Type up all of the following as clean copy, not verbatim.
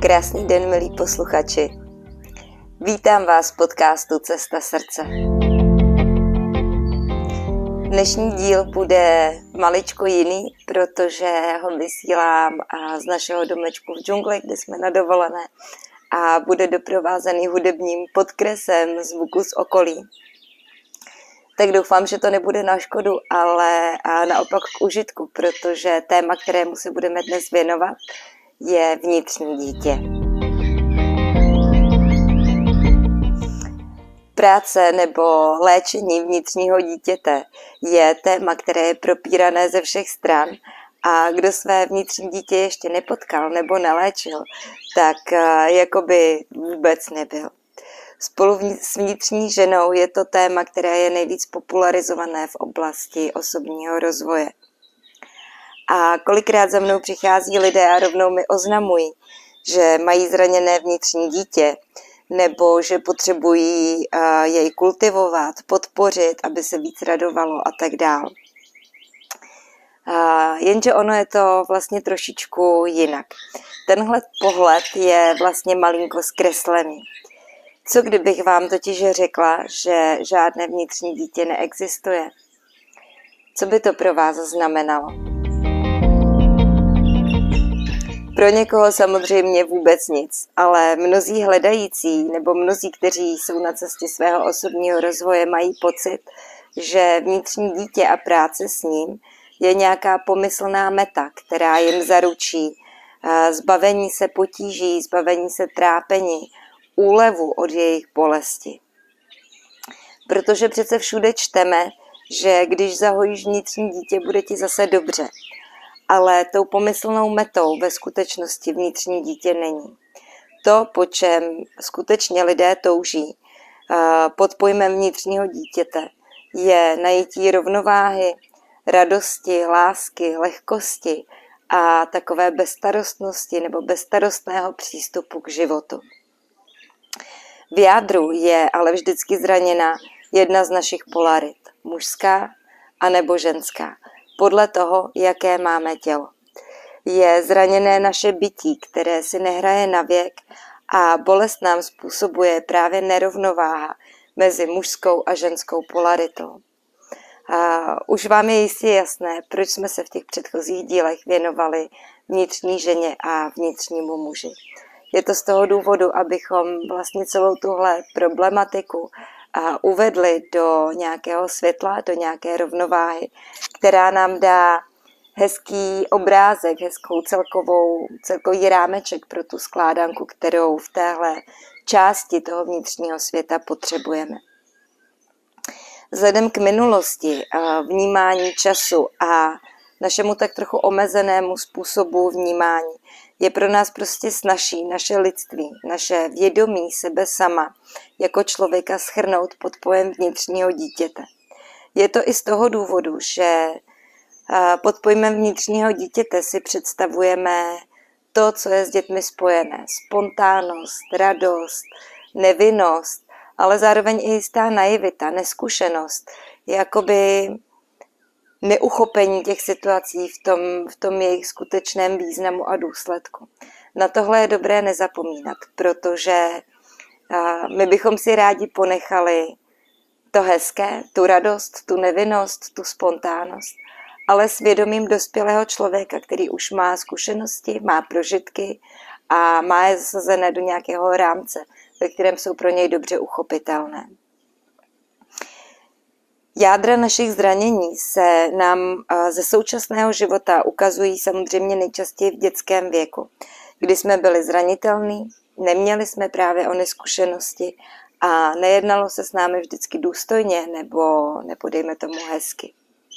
Krásný den, milí posluchači. Vítám vás v podcastu Cesta srdce. Dnešní díl bude maličko jiný, protože ho vysílám z našeho domečku v džungli, kde jsme na dovolené, a bude doprovázený hudebním podkresem zvuku z okolí. Tak doufám, že to nebude na škodu, ale naopak k užitku, protože téma, kterému se budeme dnes věnovat, je vnitřní dítě. Práce nebo léčení vnitřního dítěte je téma, které je propírané ze všech stran, a kdo své vnitřní dítě ještě nepotkal nebo neléčil, tak jakoby vůbec nebyl. Spolu s vnitřní ženou je to téma, které je nejvíc popularizované v oblasti osobního rozvoje. A kolikrát za mnou přichází lidé a rovnou mi oznamují, že mají zraněné vnitřní dítě, nebo že potřebují jej kultivovat, podpořit, aby se víc radovalo a tak dál. Jenže ono je to vlastně trošičku jinak. Tenhle pohled je vlastně malinko zkreslený. Co kdybych vám totiž řekla, že žádné vnitřní dítě neexistuje? Co by to pro vás znamenalo? Pro někoho samozřejmě vůbec nic, ale mnozí hledající nebo mnozí, kteří jsou na cestě svého osobního rozvoje, mají pocit, že vnitřní dítě a práce s ním je nějaká pomyslná meta, která jim zaručí zbavení se potíží, zbavení se trápení, úlevu od jejich bolesti. Protože přece všude čteme, že když zahojíš vnitřní dítě, bude ti zase dobře. Ale tou pomyslnou metou ve skutečnosti vnitřní dítě není. To, po čem skutečně lidé touží pod pojmem vnitřního dítěte, je najítí rovnováhy, radosti, lásky, lehkosti a takové bezstarostnosti nebo bezstarostného přístupu k životu. V jádru je ale vždycky zraněna jedna z našich polarit, mužská anebo ženská, podle toho, jaké máme tělo. Je zraněné naše bytí, které si nehraje na věk, a bolest nám způsobuje právě nerovnováha mezi mužskou a ženskou polaritou. Už vám je jistě jasné, proč jsme se v těch předchozích dílech věnovali vnitřní ženě a vnitřnímu muži. Je to z toho důvodu, abychom vlastně celou tuhle problematiku uvedli do nějakého světla, do nějaké rovnováhy, která nám dá hezký obrázek, hezkou celkový rámeček pro tu skládanku, kterou v téhle části toho vnitřního světa potřebujeme. Vzhledem k minulosti, vnímání času a našemu tak trochu omezenému způsobu vnímání je pro nás prostě snazší naše lidství, naše vědomí sebe sama jako člověka shrnout pod pojem vnitřního dítěte. Je to i z toho důvodu, že pod pojmem vnitřního dítěte si představujeme to, co je s dětmi spojené. Spontánnost, radost, nevinnost, ale zároveň i jistá naivita, neskušenost, jakoby neuchopení těch situací v tom jejich skutečném významu a důsledku. Na tohle je dobré nezapomínat, protože my bychom si rádi ponechali to hezké, tu radost, tu nevinnost, tu spontánnost, ale s vědomím dospělého člověka, který už má zkušenosti, má prožitky a má je zasazené do nějakého rámce, ve kterém jsou pro něj dobře uchopitelné. Jádra našich zranění se nám ze současného života ukazují samozřejmě nejčastěji v dětském věku, kdy jsme byli zranitelní, neměli jsme právě ony zkušenosti a nejednalo se s námi vždycky důstojně nebo dejme tomu hezky.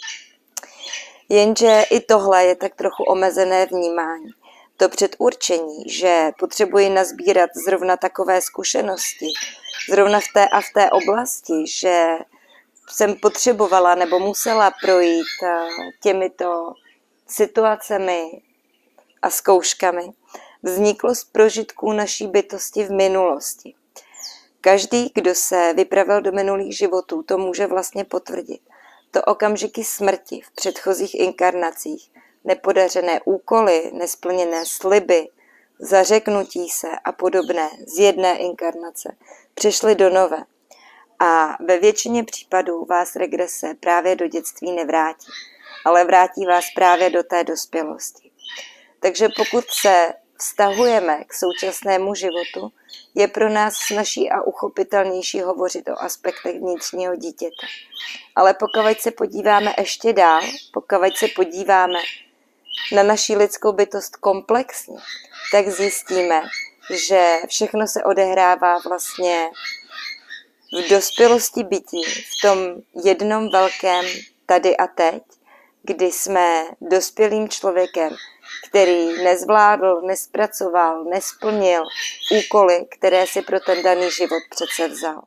Jenže i tohle je tak trochu omezené vnímání. To předurčení, že potřebuji nazbírat zrovna takové zkušenosti, zrovna v té oblasti, že jsem potřebovala nebo musela projít těmito situacemi a zkouškami, vzniklo z prožitků naší bytosti v minulosti. Každý, kdo se vypravil do minulých životů, to může vlastně potvrdit. To okamžiky smrti v předchozích inkarnacích, nepodařené úkoly, nesplněné sliby, zařeknutí se a podobné z jedné inkarnace přešly do nové. A ve většině případů vás regrese právě do dětství nevrátí, ale vrátí vás právě do té dospělosti. Takže pokud se vztahujeme k současnému životu, je pro nás snazší a uchopitelnější hovořit o aspektech vnitřního dítěte. Ale pokud se podíváme ještě dál, pokud se podíváme na naši lidskou bytost komplexně, tak zjistíme, že všechno se odehrává vlastně v dospělosti bytí, v tom jednom velkém tady a teď, kdy jsme dospělým člověkem, který nezvládl, nespracoval, nesplnil úkoly, které si pro ten daný život přece vzal.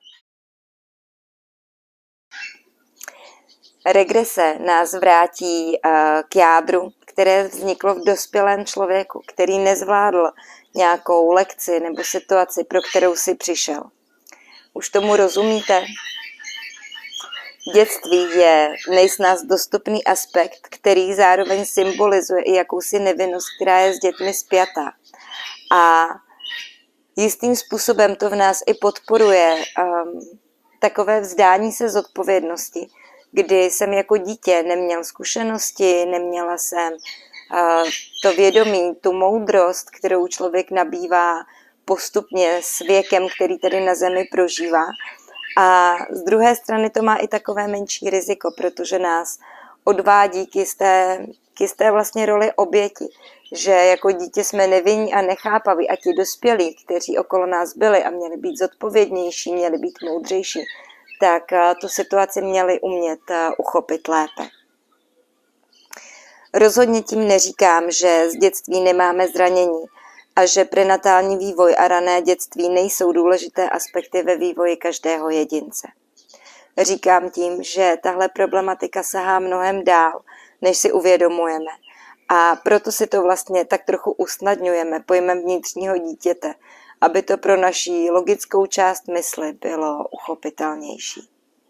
Regrese nás vrátí k jádru, které vzniklo v dospělém člověku, který nezvládl nějakou lekci nebo situaci, pro kterou si přišel. Už tomu rozumíte? Dětství je nejsnáz dostupný aspekt, který zároveň symbolizuje i jakousi nevinnost, která je s dětmi spjatá. A jistým způsobem to v nás i podporuje takové vzdání se zodpovědnosti, kdy jsem jako dítě neměl zkušenosti, neměla jsem to vědomí, tu moudrost, kterou člověk nabývá postupně s věkem, který tady na zemi prožívá. A z druhé strany to má i takové menší riziko, protože nás odvádí k jisté vlastně roli oběti, že jako dítě jsme nevinní a nechápaví a ti dospělí, kteří okolo nás byli a měli být zodpovědnější, měli být moudřejší, tak tu situaci měli umět uchopit lépe. Rozhodně tím neříkám, že z dětství nemáme zranění a že prenatální vývoj a rané dětství nejsou důležité aspekty ve vývoji každého jedince. Říkám tím, že tahle problematika sahá mnohem dál, než si uvědomujeme. A proto si to vlastně tak trochu usnadňujeme pojmem vnitřního dítěte, aby to pro naši logickou část mysli bylo uchopitelnější.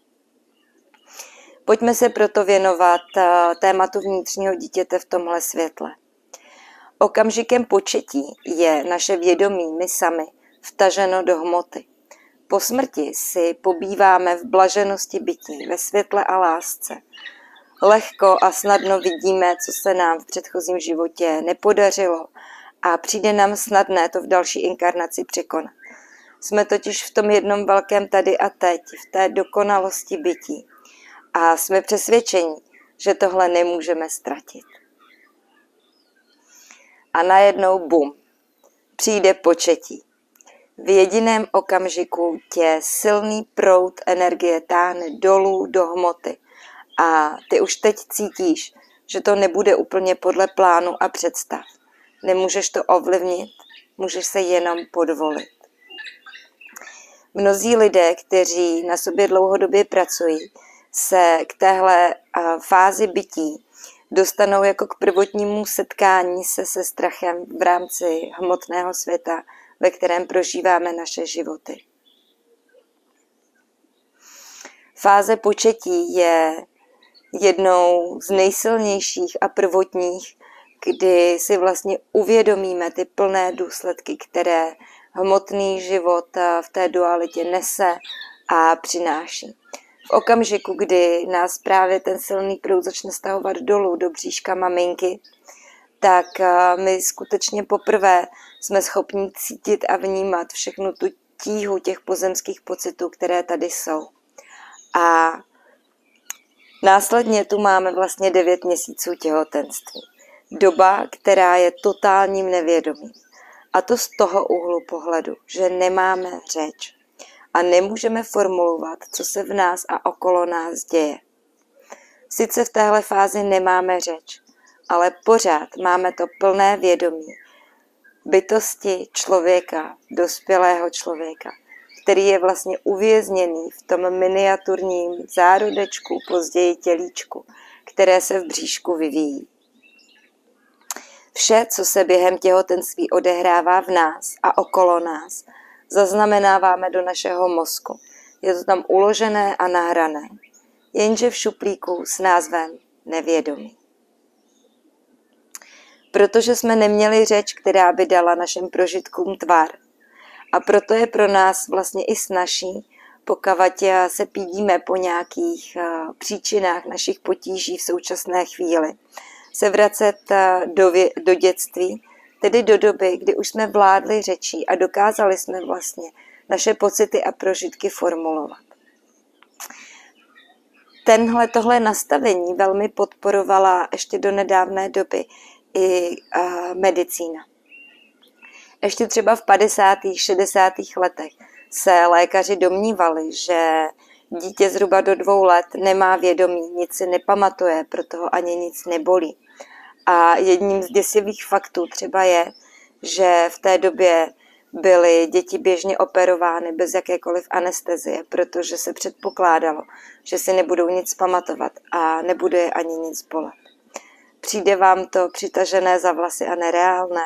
Pojďme se proto věnovat tématu vnitřního dítěte v tomhle světle. Okamžikem početí je naše vědomí my sami vtaženo do hmoty. Po smrti si pobýváme v blaženosti bytí, ve světle a lásce. Lehko a snadno vidíme, co se nám v předchozím životě nepodařilo a přijde nám snadné to v další inkarnaci překonat. Jsme totiž v tom jednom velkém tady a teď, v té dokonalosti bytí. A jsme přesvědčeni, že tohle nemůžeme ztratit. A najednou bum, přijde početí. V jediném okamžiku tě silný proud energie táhne dolů do hmoty a ty už teď cítíš, že to nebude úplně podle plánu a představ. Nemůžeš to ovlivnit, můžeš se jenom podvolit. Mnozí lidé, kteří na sobě dlouhodobě pracují, se k téhle fázi bytí dostanou jako k prvotnímu setkání se strachem v rámci hmotného světa, ve kterém prožíváme naše životy. Fáze početí je jednou z nejsilnějších a prvotních, kdy si vlastně uvědomíme ty plné důsledky, které hmotný život v té dualitě nese a přináší. V okamžiku, kdy nás právě ten silný proud začne stahovat dolů do bříška maminky, tak my skutečně poprvé jsme schopni cítit a vnímat všechnu tu tíhu těch pozemských pocitů, které tady jsou. A následně tu máme vlastně 9 měsíců těhotenství. Doba, která je totálním nevědomím. A to z toho úhlu pohledu, že nemáme řeč a nemůžeme formulovat, co se v nás a okolo nás děje. Sice v téhle fázi nemáme řeč, ale pořád máme to plné vědomí bytosti člověka, dospělého člověka, který je vlastně uvězněný v tom miniaturním zárodečku, později tělíčku, které se v bříšku vyvíjí. Vše, co se během těhotenství odehrává v nás a okolo nás, zaznamenáváme do našeho mozku. Je to tam uložené a nahrané, jenže v šuplíku s názvem nevědomí. protože jsme neměli řeč, která by dala našim prožitkům tvar. A proto je pro nás vlastně i snazší, pokud se pídíme po nějakých příčinách našich potíží v současné chvíli, se vracet do dětství, tedy do doby, kdy už jsme vládli řečí a dokázali jsme vlastně naše pocity a prožitky formulovat. Tohle nastavení velmi podporovala ještě do nedávné doby i medicína. Ještě třeba v 50. 60. letech se lékaři domnívali, že dítě zhruba do 2 let nemá vědomí, nic si nepamatuje, proto ho ani nic nebolí. A jedním z děsivých faktů třeba je, že v té době byly děti běžně operovány bez jakékoliv anestezie, protože se předpokládalo, že si nebudou nic pamatovat a nebude je ani nic bolet. Přijde vám to přitažené za vlasy a nereálné?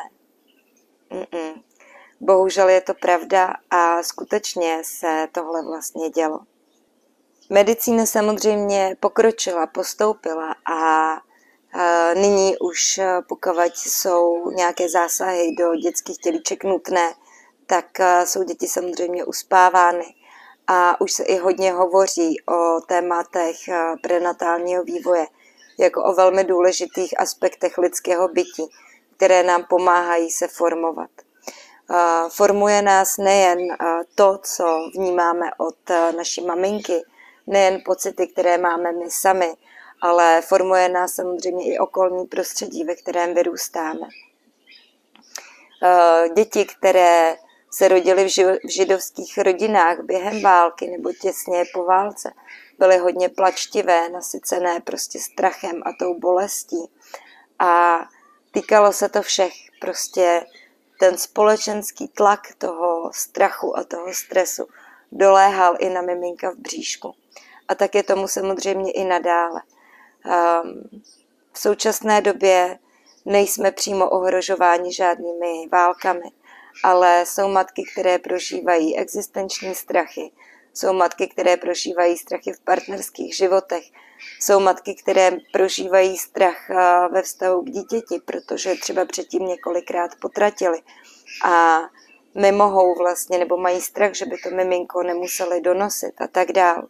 Bohužel je to pravda a skutečně se tohle vlastně dělo. Medicína samozřejmě pokročila, postoupila a nyní už pokud jsou nějaké zásahy do dětských tělíček nutné, tak jsou děti samozřejmě uspávány a už se i hodně hovoří o tématech prenatálního vývoje jako o velmi důležitých aspektech lidského bytí, které nám pomáhají se formovat. Formuje nás nejen to, co vnímáme od naší maminky, nejen pocity, které máme my sami, ale formuje nás samozřejmě i okolní prostředí, ve kterém vyrůstáme. Děti, které se rodily v židovských rodinách během války nebo těsně po válce, byly hodně plačtivé, nasycené prostě strachem a tou bolestí. A týkalo se to všech, prostě ten společenský tlak toho strachu a toho stresu doléhal i na miminka v bříšku. A tak je tomu samozřejmě i nadále. V současné době nejsme přímo ohrožováni žádnými válkami, ale jsou matky, které prožívají existenční strachy, jsou matky, které prožívají strachy v partnerských životech, jsou matky, které prožívají strach ve vztahu k dítěti, protože třeba předtím několikrát potratili a nemohou vlastně, nebo mají strach, že by to miminko nemuseli donosit a tak dál.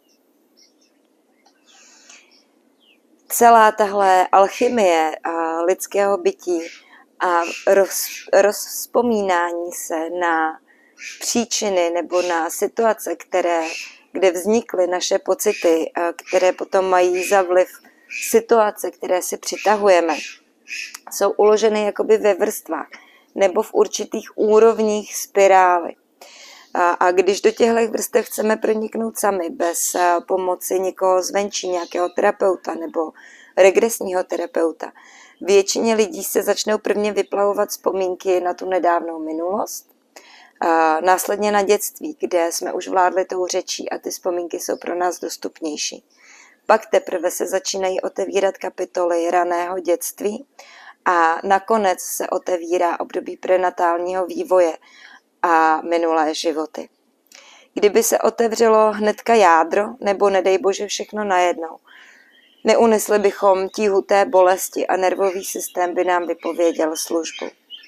Celá tahle alchymie lidského bytí a rozvzpomínání se na příčiny nebo na situace, kde vznikly naše pocity, které potom mají za vliv situace, které si přitahujeme, jsou uloženy jakoby ve vrstvách nebo v určitých úrovních spirály. A když do těchto vrstev chceme proniknout sami, bez pomoci někoho zvenčí, nějakého terapeuta nebo regresního terapeuta, většině lidí se začnou prvně vyplavovat vzpomínky na tu nedávnou minulost, následně na dětství, kde jsme už vládli tou řečí a ty vzpomínky jsou pro nás dostupnější. Pak teprve se začínají otevírat kapitoly raného dětství a nakonec se otevírá období prenatálního vývoje a minulé životy. Kdyby se otevřelo hnedka jádro, nebo nedej bože všechno najednou, neunesli bychom tíhu té bolesti a nervový systém by nám vypověděl službu.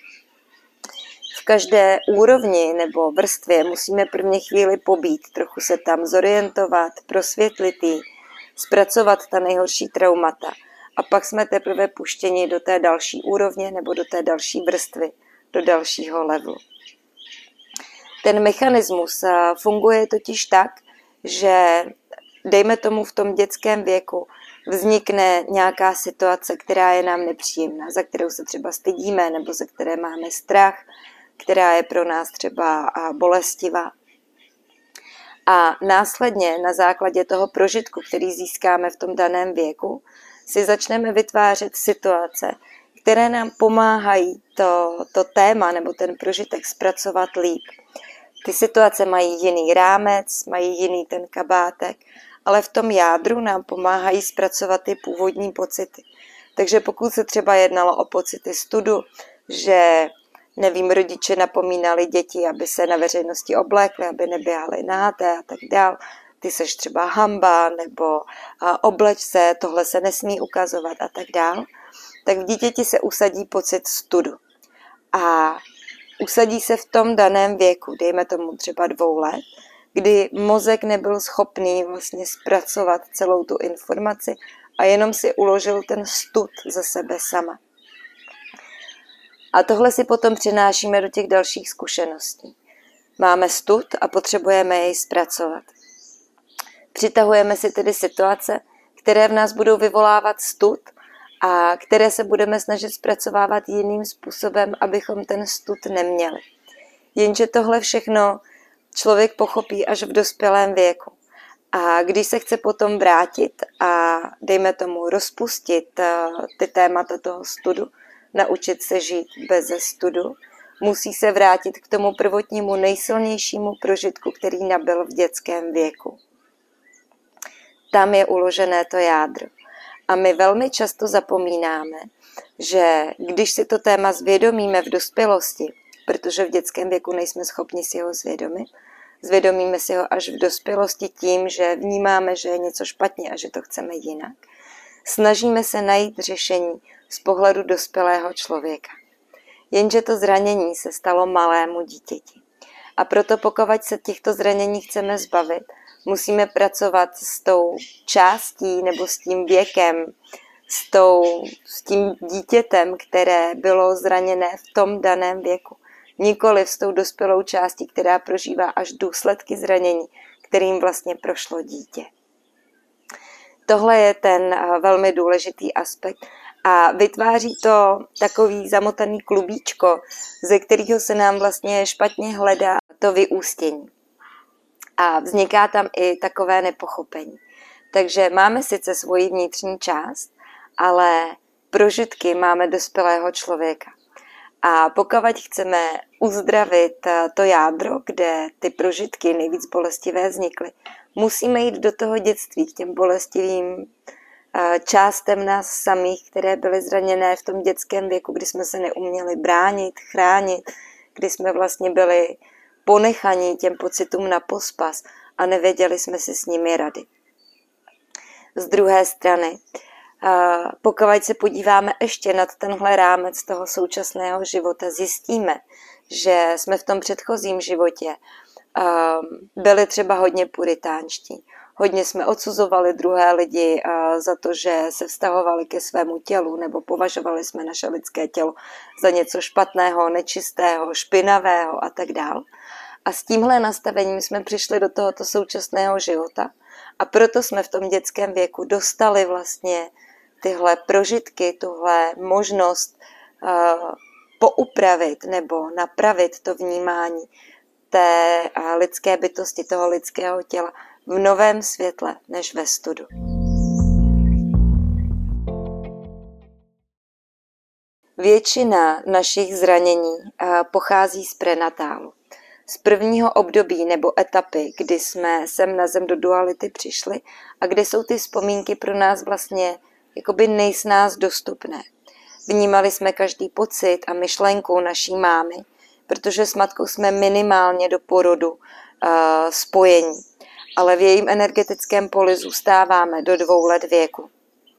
V každé úrovni nebo vrstvě musíme první chvíli pobít, trochu se tam zorientovat, prosvětlit ji, zpracovat ta nejhorší traumata a pak jsme teprve puštěni do té další úrovně nebo do té další vrstvy, do dalšího levelu. Ten mechanismus funguje totiž tak, že dejme tomu v tom dětském věku vznikne nějaká situace, která je nám nepříjemná, za kterou se třeba stydíme nebo za které máme strach, která je pro nás třeba bolestivá. A následně na základě toho prožitku, který získáme v tom daném věku, si začneme vytvářet situace, které nám pomáhají to téma nebo ten prožitek zpracovat líp. Ty situace mají jiný rámec, mají jiný ten kabátek, ale v tom jádru nám pomáhají zpracovat ty původní pocity. Takže pokud se třeba jednalo o pocity studu, že rodiče napomínali děti, aby se na veřejnosti oblékly, aby neběhaly nahaté a tak dál. Ty seš třeba hamba, nebo obleč se, tohle se nesmí ukazovat a tak dál. tak v dítěti se usadí pocit studu. A usadí se v tom daném věku, dejme tomu třeba 2 let, kdy mozek nebyl schopný vlastně zpracovat celou tu informaci a jenom si uložil ten stud ze sebe sama. A tohle si potom přenášíme do těch dalších zkušeností. Máme stud a potřebujeme jej zpracovat. Přitahujeme si tedy situace, které v nás budou vyvolávat stud a které se budeme snažit zpracovávat jiným způsobem, abychom ten stud neměli. Jenže tohle všechno člověk pochopí až v dospělém věku. A když se chce potom vrátit a dejme tomu rozpustit ty témata toho studu, naučit se žít bez studu, musí se vrátit k tomu prvotnímu nejsilnějšímu prožitku, který nabyl v dětském věku. Tam je uložené to jádro. A my velmi často zapomínáme, že když si to téma zvědomíme v dospělosti, protože v dětském věku nejsme schopni si ho zvědomit, zvědomíme si ho až v dospělosti tím, že vnímáme, že je něco špatně a že to chceme jinak. Snažíme se najít řešení z pohledu dospělého člověka. Jenže to zranění se stalo malému dítěti. A proto pokud se těchto zranění chceme zbavit, musíme pracovat s tou částí nebo s tím věkem, s tím dítětem, které bylo zraněné v tom daném věku. Nikoliv s tou dospělou částí, která prožívá až důsledky zranění, kterým vlastně prošlo dítě. Tohle je ten velmi důležitý aspekt a vytváří to takový zamotaný klubíčko, ze kterého se nám vlastně špatně hledá to vyústění. A vzniká tam i takové nepochopení. Takže máme sice svoji vnitřní část, ale prožitky máme dospělého člověka. A pokud chceme uzdravit to jádro, kde ty prožitky nejvíc bolestivé vznikly, musíme jít do toho dětství, k těm bolestivým částem nás samých, které byly zraněné v tom dětském věku, kdy jsme se neuměli bránit, chránit, kdy jsme vlastně byli ponechaní těm pocitům na pospas a nevěděli jsme si s nimi rady. Z druhé strany, pokud se podíváme ještě nad tenhle rámec toho současného života, zjistíme, že jsme v tom předchozím životě byli třeba hodně puritánští. Hodně jsme odsuzovali druhé lidi za to, že se vztahovali ke svému tělu, nebo považovali jsme naše lidské tělo za něco špatného, nečistého, špinavého a tak dále. A s tímhle nastavením jsme přišli do tohoto současného života a proto jsme v tom dětském věku dostali vlastně tyhle prožitky, tuhle možnost poupravit nebo napravit to vnímání té lidské bytosti, toho lidského těla v novém světle než ve studu. Většina našich zranění pochází z prenatálu. Z prvního období nebo etapy, kdy jsme sem na zem do duality přišli a kde jsou ty vzpomínky pro nás vlastně jakoby nejsnáz dostupné. Vnímali jsme každý pocit a myšlenku naší mámy, protože s matkou jsme minimálně do porodu spojení, ale v jejím energetickém poli zůstáváme do 2 let věku.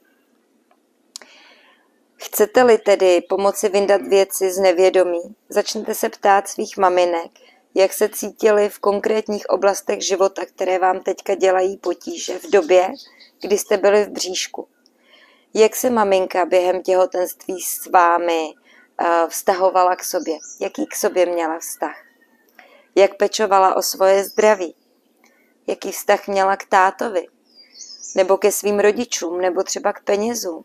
Chcete-li tedy pomoci vyndat věci z nevědomí, začněte se ptát svých maminek, jak se cítili v konkrétních oblastech života, které vám teďka dělají potíže v době, kdy jste byli v bříšku. Jak se maminka během těhotenství s vámi vztahovala k sobě? Jaký k sobě měla vztah? Jak pečovala o svoje zdraví? Jaký vztah měla k tátovi? Nebo ke svým rodičům? Nebo třeba k penězům?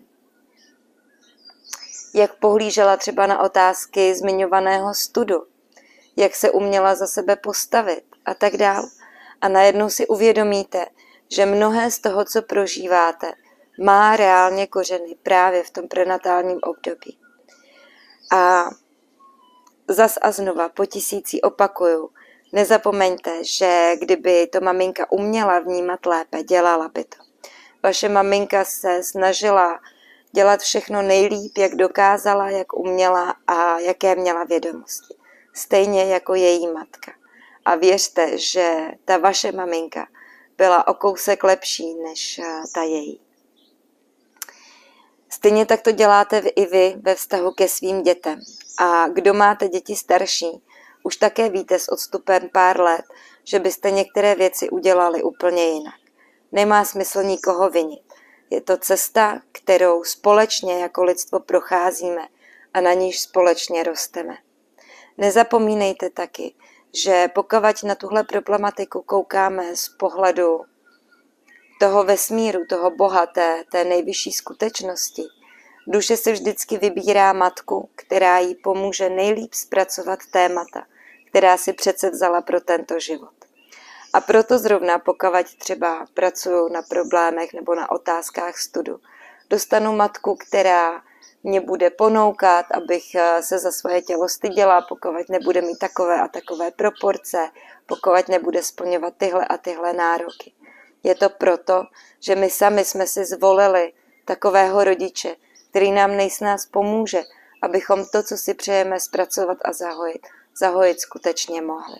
Jak pohlížela třeba na otázky zmiňovaného studu? Jak se uměla za sebe postavit? A tak dál. A najednou si uvědomíte, že mnohé z toho, co prožíváte, má reálně kořeny právě v tom prenatálním období. A zas a znova po 1000 opakuju, nezapomeňte, že kdyby to maminka uměla vnímat lépe, dělala by to. Vaše maminka se snažila dělat všechno nejlíp, jak dokázala, jak uměla a jaké měla vědomosti. Stejně jako její matka. A věřte, že ta vaše maminka byla o kousek lepší než ta její. Stejně tak to děláte i vy ve vztahu ke svým dětem. A kdo máte děti starší, už také víte s odstupem pár let, že byste některé věci udělali úplně jinak. Nemá smysl nikoho vinit. Je to cesta, kterou společně jako lidstvo procházíme a na níž společně rosteme. Nezapomínejte taky, že pokud na tuhle problematiku koukáme z pohledu toho vesmíru, toho Boha, té nejvyšší skutečnosti, duše si vždycky vybírá matku, která jí pomůže nejlíp zpracovat témata, která si přece vzala pro tento život. A proto zrovna, pokud třeba pracuju na problémech nebo na otázkách studu, dostanu matku, která mě bude ponoukat, abych se za svoje tělo styděla, pokud nebude mít takové a takové proporce, pokud nebude splňovat tyhle a tyhle nároky. Je to proto, že my sami jsme si zvolili takového rodiče, který nám nejsnáz pomůže, abychom to, co si přejeme zpracovat a zahojit skutečně mohli.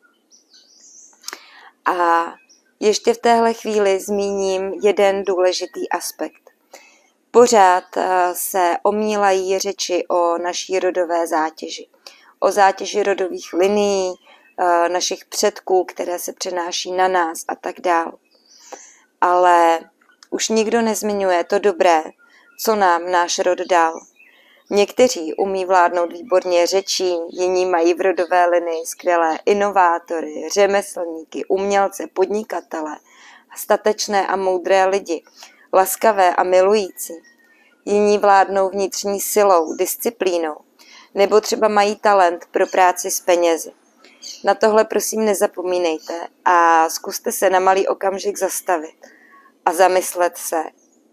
A ještě v téhle chvíli zmíním jeden důležitý aspekt. Pořád se omílají řeči o naší rodové zátěži, o zátěži rodových linií, našich předků, které se přenáší na nás a tak dál. Ale už nikdo nezmiňuje to dobré, co nám náš rod dal. Někteří umí vládnout výborně řečí, jiní mají v rodové linii skvělé inovátory, řemeslníky, umělce, podnikatele, statečné a moudré lidi, laskavé a milující. Jiní vládnou vnitřní silou, disciplínou, nebo třeba mají talent pro práci s penězi. Na tohle prosím nezapomínejte a zkuste se na malý okamžik zastavit a zamyslet se,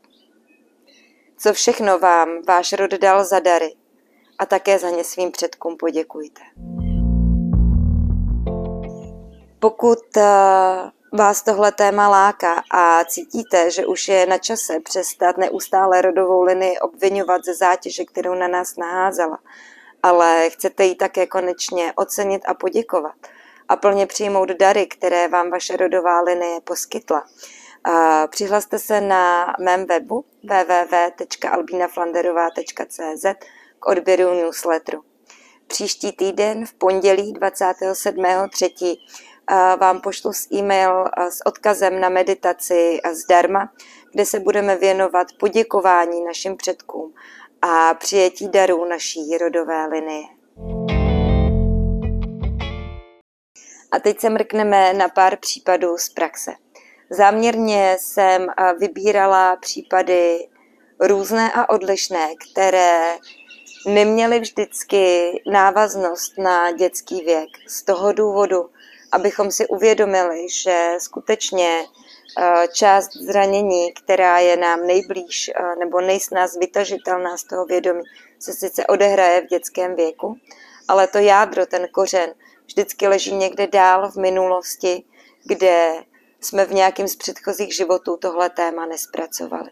co všechno vám váš rod dal za dary a také za ně svým předkům poděkujte. Pokud vás tohle téma láká a cítíte, že už je na čase přestat neustále rodovou linii obvinovat ze zátěže, kterou na nás naházela, ale chcete ji také konečně ocenit a poděkovat a plně přijmout dary, které vám vaše rodová linie poskytla, přihlaste se na mém webu www.albinaflanderová.cz k odběru newsletteru. Příští týden v pondělí 27.3. vám pošlu e-mail s odkazem na meditaci zdarma, kde se budeme věnovat poděkování našim předkům a přijetí darů naší rodové linie. A teď se mrkneme na pár případů z praxe. Záměrně jsem vybírala případy různé a odlišné, které neměly vždycky návaznost na dětský věk. Z toho důvodu, abychom si uvědomili, že skutečně část zranění, která je nám nejblíž nebo nejsnáz vytažitelná z toho vědomí, se sice odehraje v dětském věku, ale to jádro, ten kořen, vždycky leží někde dál v minulosti, kde jsme v nějakém z předchozích životů tohle téma nespracovali.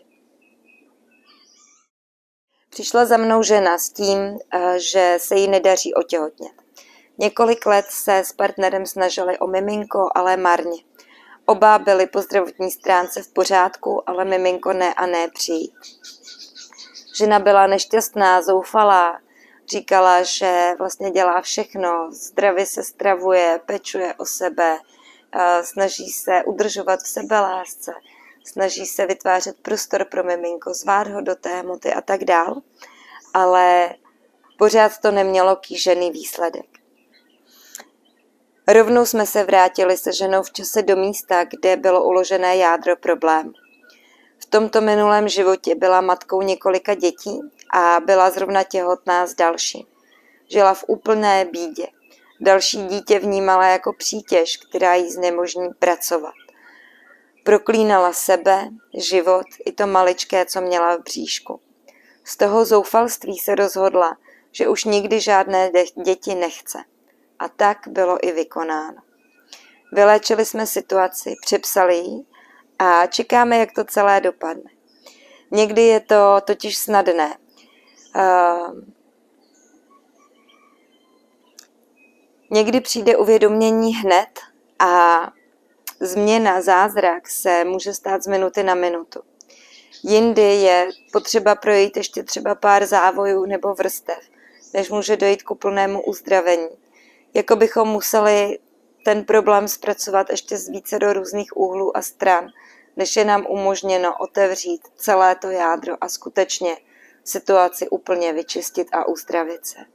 Přišla za mnou žena s tím, že se jí nedaří otěhotnět. Několik let se s partnerem snažili o miminko, ale marně. Oba byli po zdravotní stránce v pořádku, ale miminko ne a ne přijít. Žena byla nešťastná, zoufalá, říkala, že vlastně dělá všechno, zdravě se stravuje, pečuje o sebe, snaží se udržovat v sebelásce, snaží se vytvářet prostor pro miminko, zvát ho do té hmoty a tak dál, ale pořád to nemělo kýžený výsledek. Rovnou jsme se vrátili se ženou v čase do místa, kde bylo uložené jádro problému. V tomto minulém životě byla matkou několika dětí a byla zrovna těhotná s dalším. Žila v úplné bídě. Další dítě vnímala jako přítěž, která jí znemožní pracovat. Proklínala sebe, život i to maličké, co měla v bříšku. Z toho zoufalství se rozhodla, že už nikdy žádné děti nechce. A tak bylo i vykonáno. Vyléčili jsme situaci, přepsali ji a čekáme, jak to celé dopadne. Někdy je to totiž snadné. Někdy přijde uvědomění hned a změna, zázrak se může stát z minuty na minutu. Jindy je potřeba projít ještě třeba pár závojů nebo vrstev, než může dojít k úplnému uzdravení. Jako bychom museli ten problém zpracovat ještě z více do různých úhlů a stran, než je nám umožněno otevřít celé to jádro a skutečně situaci úplně vyčistit a uzdravit se.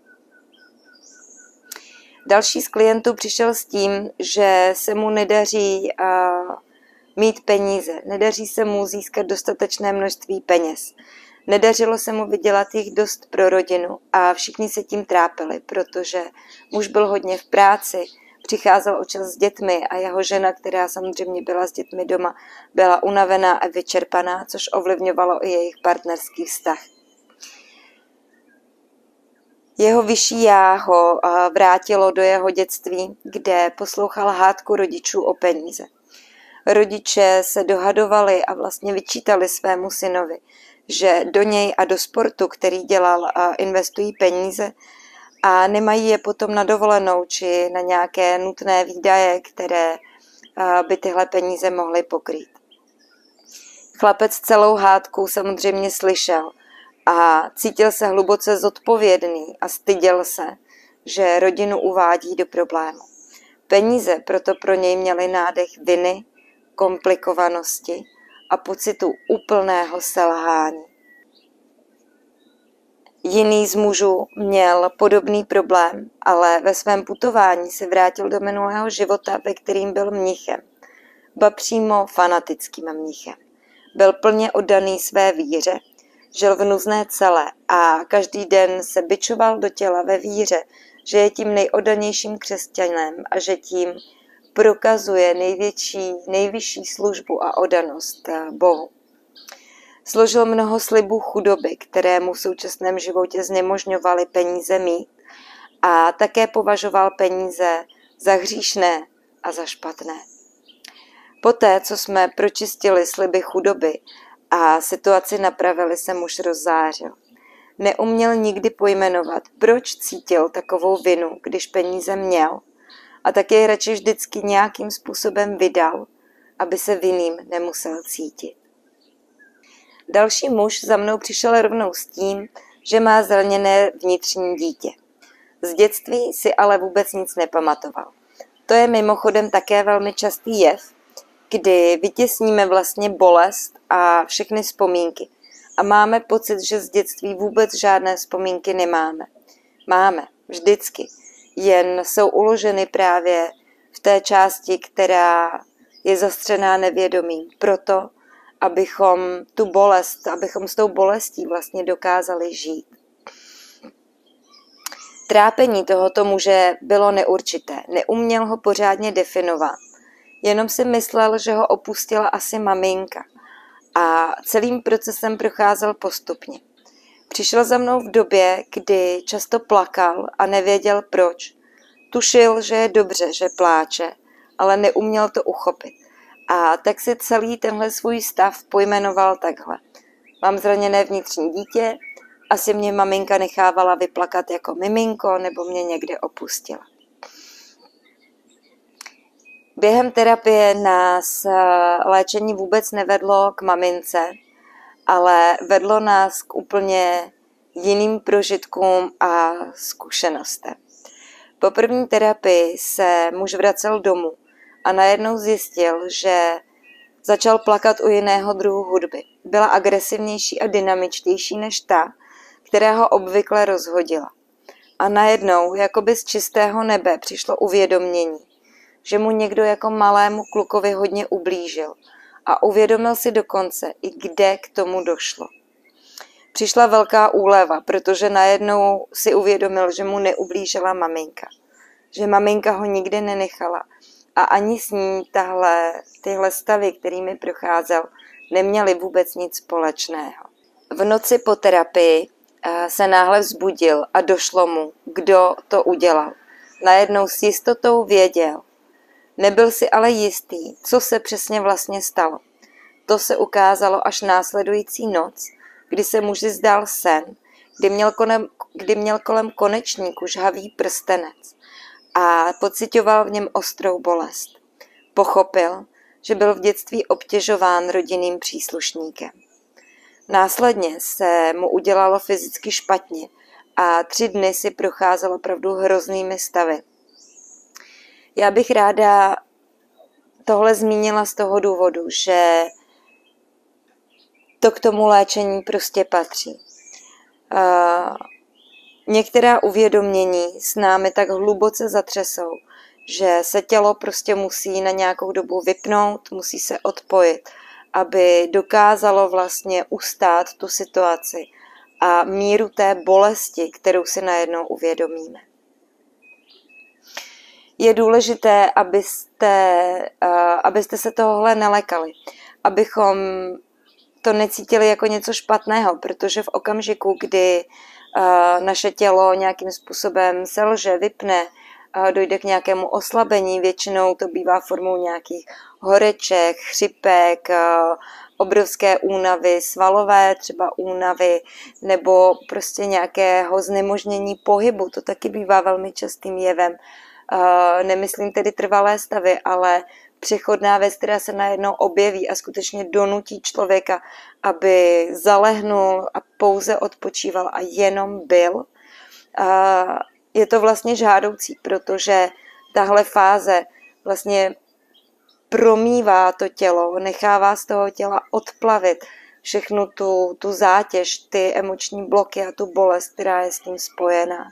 Další z klientů přišel s tím, že se mu nedaří mít peníze, nedaří se mu získat dostatečné množství peněz. Nedařilo se mu vydělat jich dost pro rodinu a všichni se tím trápili, protože muž byl hodně v práci, přicházel o čas s dětmi a jeho žena, která samozřejmě byla s dětmi doma, byla unavená a vyčerpaná, což ovlivňovalo i jejich partnerský vztah. Jeho vyšší já ho vrátilo do jeho dětství, kde poslouchal hádku rodičů o peníze. Rodiče se dohadovali a vlastně vyčítali svému synovi, že do něj a do sportu, který dělal, investují peníze a nemají je potom na dovolenou či na nějaké nutné výdaje, které by tyhle peníze mohly pokrýt. Chlapec celou hádku samozřejmě slyšel a cítil se hluboce zodpovědný a styděl se, že rodinu uvádí do problému. Peníze proto pro něj měly nádech viny, komplikovanosti a pocitu úplného selhání. Jiný z mužů měl podobný problém, ale ve svém putování se vrátil do minulého života, ve kterým byl mnichem. Ba přímo fanatickým mnichem. Byl plně oddaný své víře, žil v nuzné cele a každý den se bičoval do těla ve víře, že je tím nejoddanějším křesťanem a že tím prokazuje nejvyšší službu a oddanost Bohu. Složil mnoho slibů chudoby, které mu v současném životě znemožňovaly peníze mít a také považoval peníze za hříšné a za špatné. Poté, co jsme pročistili sliby chudoby a situaci napravili, se muž rozzářil. Neuměl nikdy pojmenovat, proč cítil takovou vinu, když peníze měl, a tak jej radši vždycky nějakým způsobem vydal, aby se vinným nemusel cítit. Další muž za mnou přišel rovnou s tím, že má zraněné vnitřní dítě. Z dětství si ale vůbec nic nepamatoval. To je mimochodem také velmi častý jev, kdy vytěsníme vlastně bolest a všechny vzpomínky a máme pocit, že z dětství vůbec žádné vzpomínky nemáme. Máme, vždycky, jen jsou uloženy právě v té části, která je zastřená nevědomím, proto, abychom s tou bolestí vlastně dokázali žít. Trápení tohoto muže bylo neurčité, neuměl ho pořádně definovat, jenom si myslel, že ho opustila asi maminka a celým procesem procházel postupně. Přišel za mnou v době, kdy často plakal a nevěděl proč. Tušil, že je dobře, že pláče, ale neuměl to uchopit. A tak si celý tenhle svůj stav pojmenoval takhle. Mám zraněné vnitřní dítě, asi mě maminka nechávala vyplakat jako miminko nebo mě někde opustila. Během terapie nás léčení vůbec nevedlo k mamince, ale vedlo nás k úplně jiným prožitkům a zkušenostem. Po první terapii se muž vracel domů a najednou zjistil, že začal plakat u jiného druhu hudby. Byla agresivnější a dynamičtější než ta, která ho obvykle rozhodila. A najednou, jakoby z čistého nebe, přišlo uvědomění, že mu někdo jako malému klukovi hodně ublížil a uvědomil si dokonce, i kde k tomu došlo. Přišla velká úleva, protože najednou si uvědomil, že mu neublížila maminka. Že maminka ho nikdy nenechala a ani s ní tyhle stavy, kterými procházel, neměly vůbec nic společného. V noci po terapii se náhle vzbudil a došlo mu, kdo to udělal. Najednou s jistotou věděl. Nebyl si ale jistý, co se přesně vlastně stalo. To se ukázalo až následující noc, kdy se muži zdál sen, kdy měl kolem konečníku žhavý prstenec a pociťoval v něm ostrou bolest. Pochopil, že byl v dětství obtěžován rodinným příslušníkem. Následně se mu udělalo fyzicky špatně a 3 dny si procházel opravdu hroznými stavy. Já bych ráda tohle zmínila z toho důvodu, že to k tomu léčení prostě patří. Některá uvědomění s námi tak hluboce zatřesou, že se tělo prostě musí na nějakou dobu vypnout, musí se odpojit, aby dokázalo vlastně ustát tu situaci a míru té bolesti, kterou si najednou uvědomíme. Je důležité, abyste se tohle nelekali, abychom to necítili jako něco špatného, protože v okamžiku, kdy naše tělo nějakým způsobem selže, vypne, dojde k nějakému oslabení, většinou to bývá formou nějakých horeček, chřipek, obrovské únavy, svalové třeba únavy, nebo prostě nějakého znemožnění pohybu, to taky bývá velmi častým jevem. Nemyslím tedy trvalé stavy, ale přechodná věc, která se najednou objeví a skutečně donutí člověka, aby zalehnul a pouze odpočíval a jenom byl. Je to vlastně žádoucí, protože tahle fáze vlastně promývá to tělo, nechává z toho těla odplavit všechnu tu zátěž, ty emoční bloky a tu bolest, která je s tím spojená.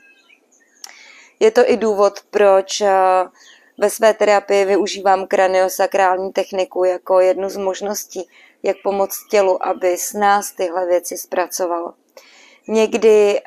Je to i důvod, proč ve své terapii využívám kraniosakrální techniku jako jednu z možností, jak pomoct tělu, aby s nás tyhle věci zpracovalo. Někdy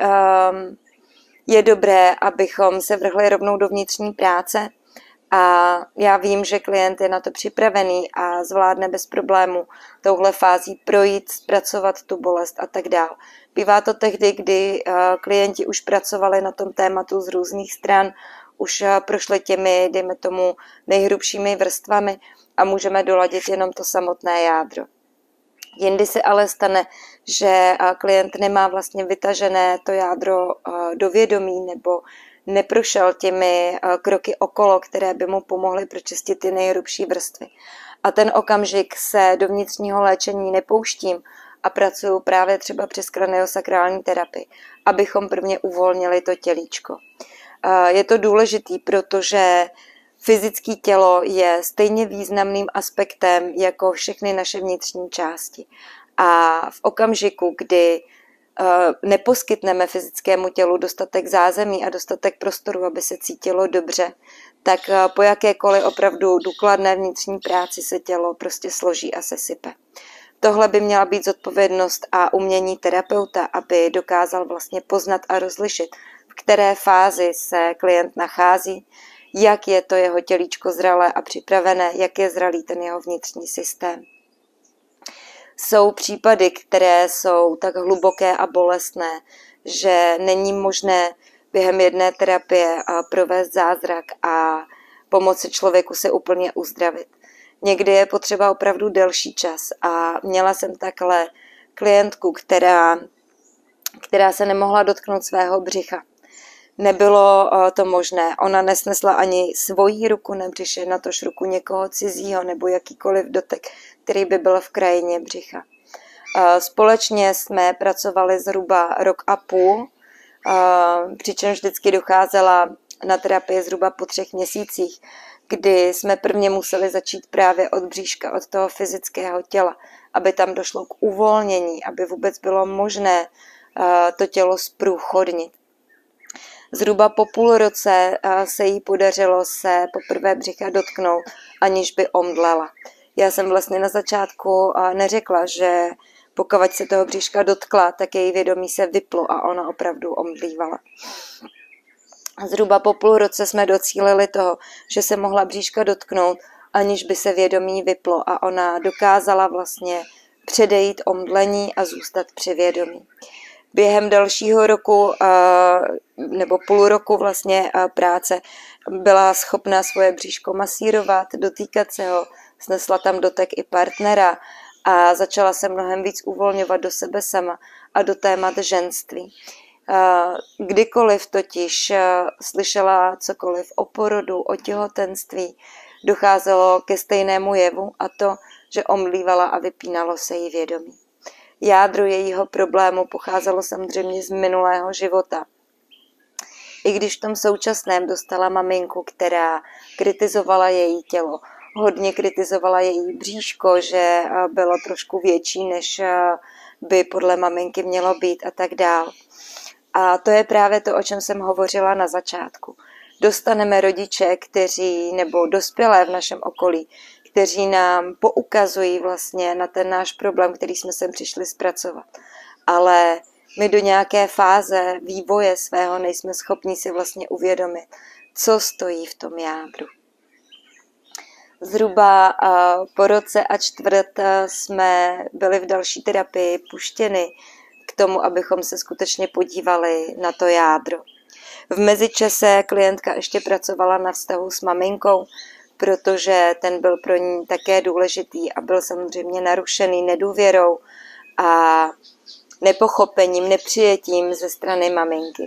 je dobré, abychom se vrhli rovnou do vnitřní práce a já vím, že klient je na to připravený a zvládne bez problému touhle fází projít, zpracovat tu bolest a tak dále. Bývá to tehdy, kdy klienti už pracovali na tom tématu z různých stran, už prošli těmi, dejme tomu, nejhrubšími vrstvami a můžeme doladit jenom to samotné jádro. Jindy se ale stane, že klient nemá vlastně vytažené to jádro do vědomí nebo neprošel těmi kroky okolo, které by mu pomohly pročistit ty nejhrubší vrstvy. A ten okamžik se do vnitřního léčení nepouštím a pracuju právě třeba přes kraniosakrální terapii, abychom prvně uvolnili to tělíčko. Je to důležitý, protože fyzické tělo je stejně významným aspektem jako všechny naše vnitřní části. A v okamžiku, kdy neposkytneme fyzickému tělu dostatek zázemí a dostatek prostoru, aby se cítilo dobře, tak po jakékoliv opravdu důkladné vnitřní práci se tělo prostě složí a sesype. Tohle by měla být zodpovědnost a umění terapeuta, aby dokázal vlastně poznat a rozlišit, v které fázi se klient nachází, jak je to jeho tělíčko zralé a připravené, jak je zralý ten jeho vnitřní systém. Jsou případy, které jsou tak hluboké a bolestné, že není možné během jedné terapie provést zázrak a pomoci člověku se úplně uzdravit. Někdy je potřeba opravdu delší čas a měla jsem takhle klientku, která se nemohla dotknout svého břicha. Nebylo to možné. Ona nesnesla ani svoji ruku na břiše, natož ruku někoho cizího nebo jakýkoliv dotek, který by byl v krajině břicha. Společně jsme pracovali zhruba 1,5 roku, přičemž vždycky docházela na terapii zhruba po 3 měsících, kdy jsme prvně museli začít právě od bříška, od toho fyzického těla, aby tam došlo k uvolnění, aby vůbec bylo možné to tělo zprůchodnit. Zhruba po půl roce se jí podařilo se poprvé břicha dotknout, aniž by omdlela. Já jsem vlastně na začátku neřekla, že pokud se toho bříška dotkla, tak její vědomí se vyplo a ona opravdu omdlívala. Zhruba po půl roce jsme docílili toho, že se mohla bříška dotknout, aniž by se vědomí vyplo a ona dokázala vlastně předejít omdlení a zůstat při vědomí. Během dalšího roku nebo půl roku vlastně práce byla schopna svoje bříško masírovat, dotýkat se ho, snesla tam dotek i partnera a začala se mnohem víc uvolňovat do sebe sama a do témat ženství. Kdykoliv totiž slyšela cokoliv o porodu, o těhotenství, docházelo ke stejnému jevu a to, že omdlívala a vypínalo se jí vědomí. Jádro jejího problému pocházelo samozřejmě z minulého života. I když v tom současném dostala maminku, která kritizovala její tělo, hodně kritizovala její bříško, že bylo trošku větší, než by podle maminky mělo být a tak dál. A to je právě to, o čem jsem hovořila na začátku. Dostaneme rodiče, nebo dospělé v našem okolí, kteří nám poukazují vlastně na ten náš problém, který jsme sem přišli zpracovat. Ale my do nějaké fáze vývoje svého nejsme schopni si vlastně uvědomit, co stojí v tom jádru. Zhruba po roce a čtvrt jsme byli v další terapii puštěni k tomu, abychom se skutečně podívali na to jádro. V mezičase klientka ještě pracovala na vztahu s maminkou, protože ten byl pro ní také důležitý a byl samozřejmě narušený nedůvěrou a nepochopením, nepřijetím ze strany maminky.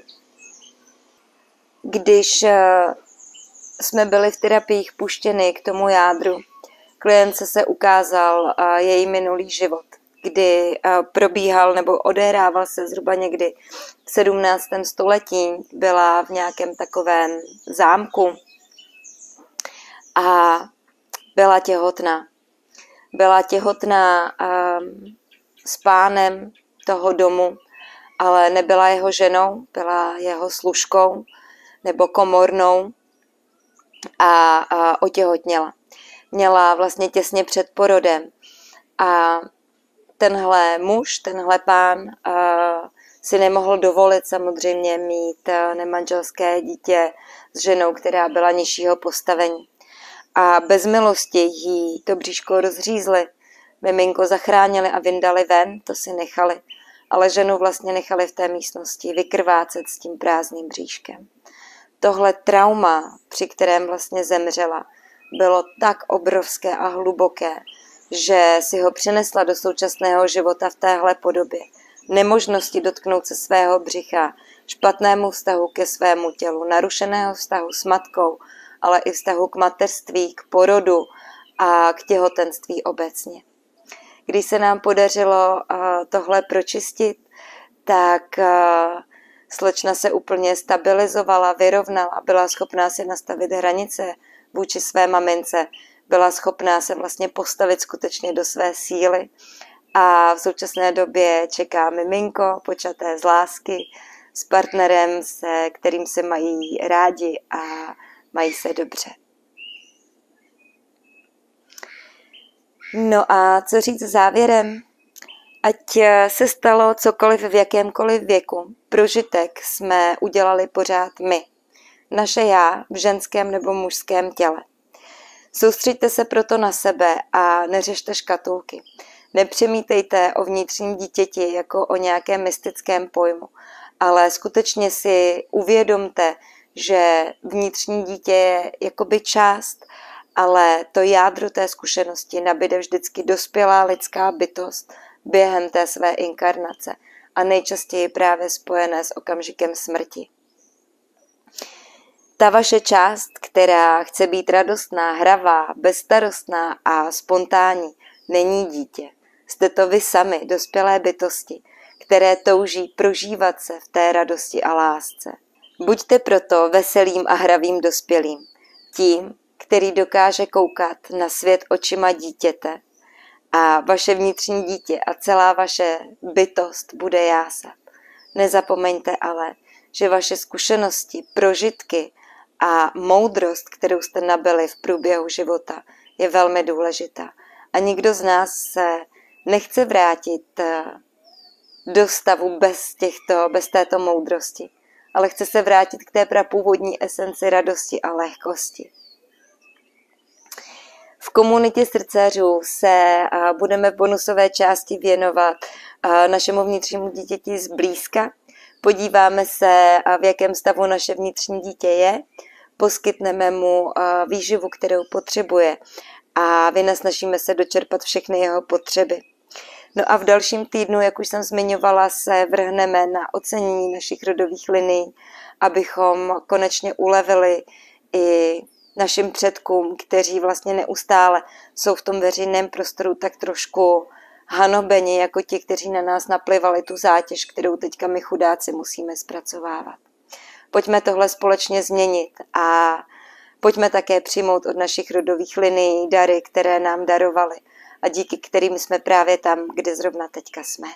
Když jsme byli v terapiích puštěni k tomu jádru, klientce se ukázal její minulý život, kdy probíhal nebo odehrával se zhruba někdy v 17. století, byla v nějakém takovém zámku a byla těhotná. Byla těhotná s pánem toho domu, ale nebyla jeho ženou, byla jeho služkou nebo komornou a otěhotněla. Měla vlastně těsně před porodem a tenhle muž, tenhle pán si nemohl dovolit samozřejmě mít nemanželské dítě s ženou, která byla nižšího postavení. A bez milosti jí to bříško rozřízli, miminko zachránili a vyndali ven, to si nechali, ale ženu vlastně nechali v té místnosti vykrvácet s tím prázdným bříškem. Tohle trauma, při kterém vlastně zemřela, bylo tak obrovské a hluboké, že si ho přinesla do současného života v téhle podobě. Nemožnosti dotknout se svého břicha, špatnému vztahu ke svému tělu, narušeného vztahu s matkou, ale i vztahu k mateřství, k porodu a k těhotenství obecně. Když se nám podařilo tohle pročistit, tak slečna se úplně stabilizovala, vyrovnala, byla schopná si nastavit hranice vůči své mamince, byla schopná se vlastně postavit skutečně do své síly a v současné době čeká miminko počaté z lásky s partnerem, se kterým se mají rádi a mají se dobře. No a co říct závěrem? Ať se stalo cokoliv v jakémkoliv věku, prožitek jsme udělali pořád my. Naše já v ženském nebo mužském těle. Soustřeďte se proto na sebe a neřešte škatulky. Nepřemítejte o vnitřním dítěti jako o nějakém mystickém pojmu, ale skutečně si uvědomte, že vnitřní dítě je jakoby část, ale to jádro té zkušenosti nabíde vždycky dospělá lidská bytost během té své inkarnace a nejčastěji právě spojené s okamžikem smrti. Ta vaše část, která chce být radostná, hravá, bezstarostná a spontánní, není dítě. Jste to vy sami, dospělé bytosti, které touží prožívat se v té radosti a lásce. Buďte proto veselým a hravým dospělým, tím, který dokáže koukat na svět očima dítěte a vaše vnitřní dítě a celá vaše bytost bude jásat. Nezapomeňte ale, že vaše zkušenosti, prožitky a moudrost, kterou jste nabyli v průběhu života, je velmi důležitá. A nikdo z nás se nechce vrátit do stavu bez této moudrosti, ale chce se vrátit k té prapůvodní esenci radosti a lehkosti. V komunitě srdcařů se budeme v bonusové části věnovat našemu vnitřnímu dítěti zblízka. Podíváme se, v jakém stavu naše vnitřní dítě je, poskytneme mu výživu, kterou potřebuje a vynasnažíme se dočerpat všechny jeho potřeby. No a v dalším týdnu, jak už jsem zmiňovala, se vrhneme na ocenění našich rodových linií, abychom konečně ulevili i našim předkům, kteří vlastně neustále jsou v tom veřejném prostoru tak trošku hanobeni jako ti, kteří na nás naplivali tu zátěž, kterou teďka my chudáci musíme zpracovávat. Pojďme tohle společně změnit a pojďme také přijmout od našich rodových linií dary, které nám darovali a díky kterým jsme právě tam, kde zrovna teďka jsme.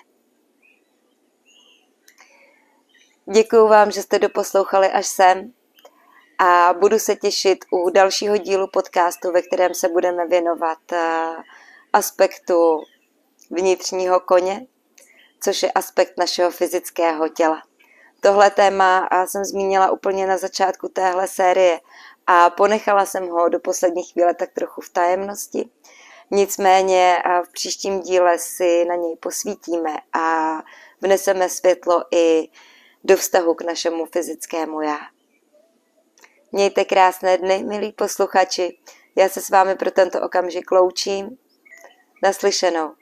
Děkuju vám, že jste doposlouchali až sem a budu se těšit u dalšího dílu podcastu, ve kterém se budeme věnovat aspektu vnitřního koně, což je aspekt našeho fyzického těla. Tohle téma jsem zmínila úplně na začátku téhle série a ponechala jsem ho do poslední chvíle tak trochu v tajemnosti. Nicméně v příštím díle si na něj posvítíme a vneseme světlo i do vztahu k našemu fyzickému já. Mějte krásné dny, milí posluchači. Já se s vámi pro tento okamžik loučím. Naslyšenou.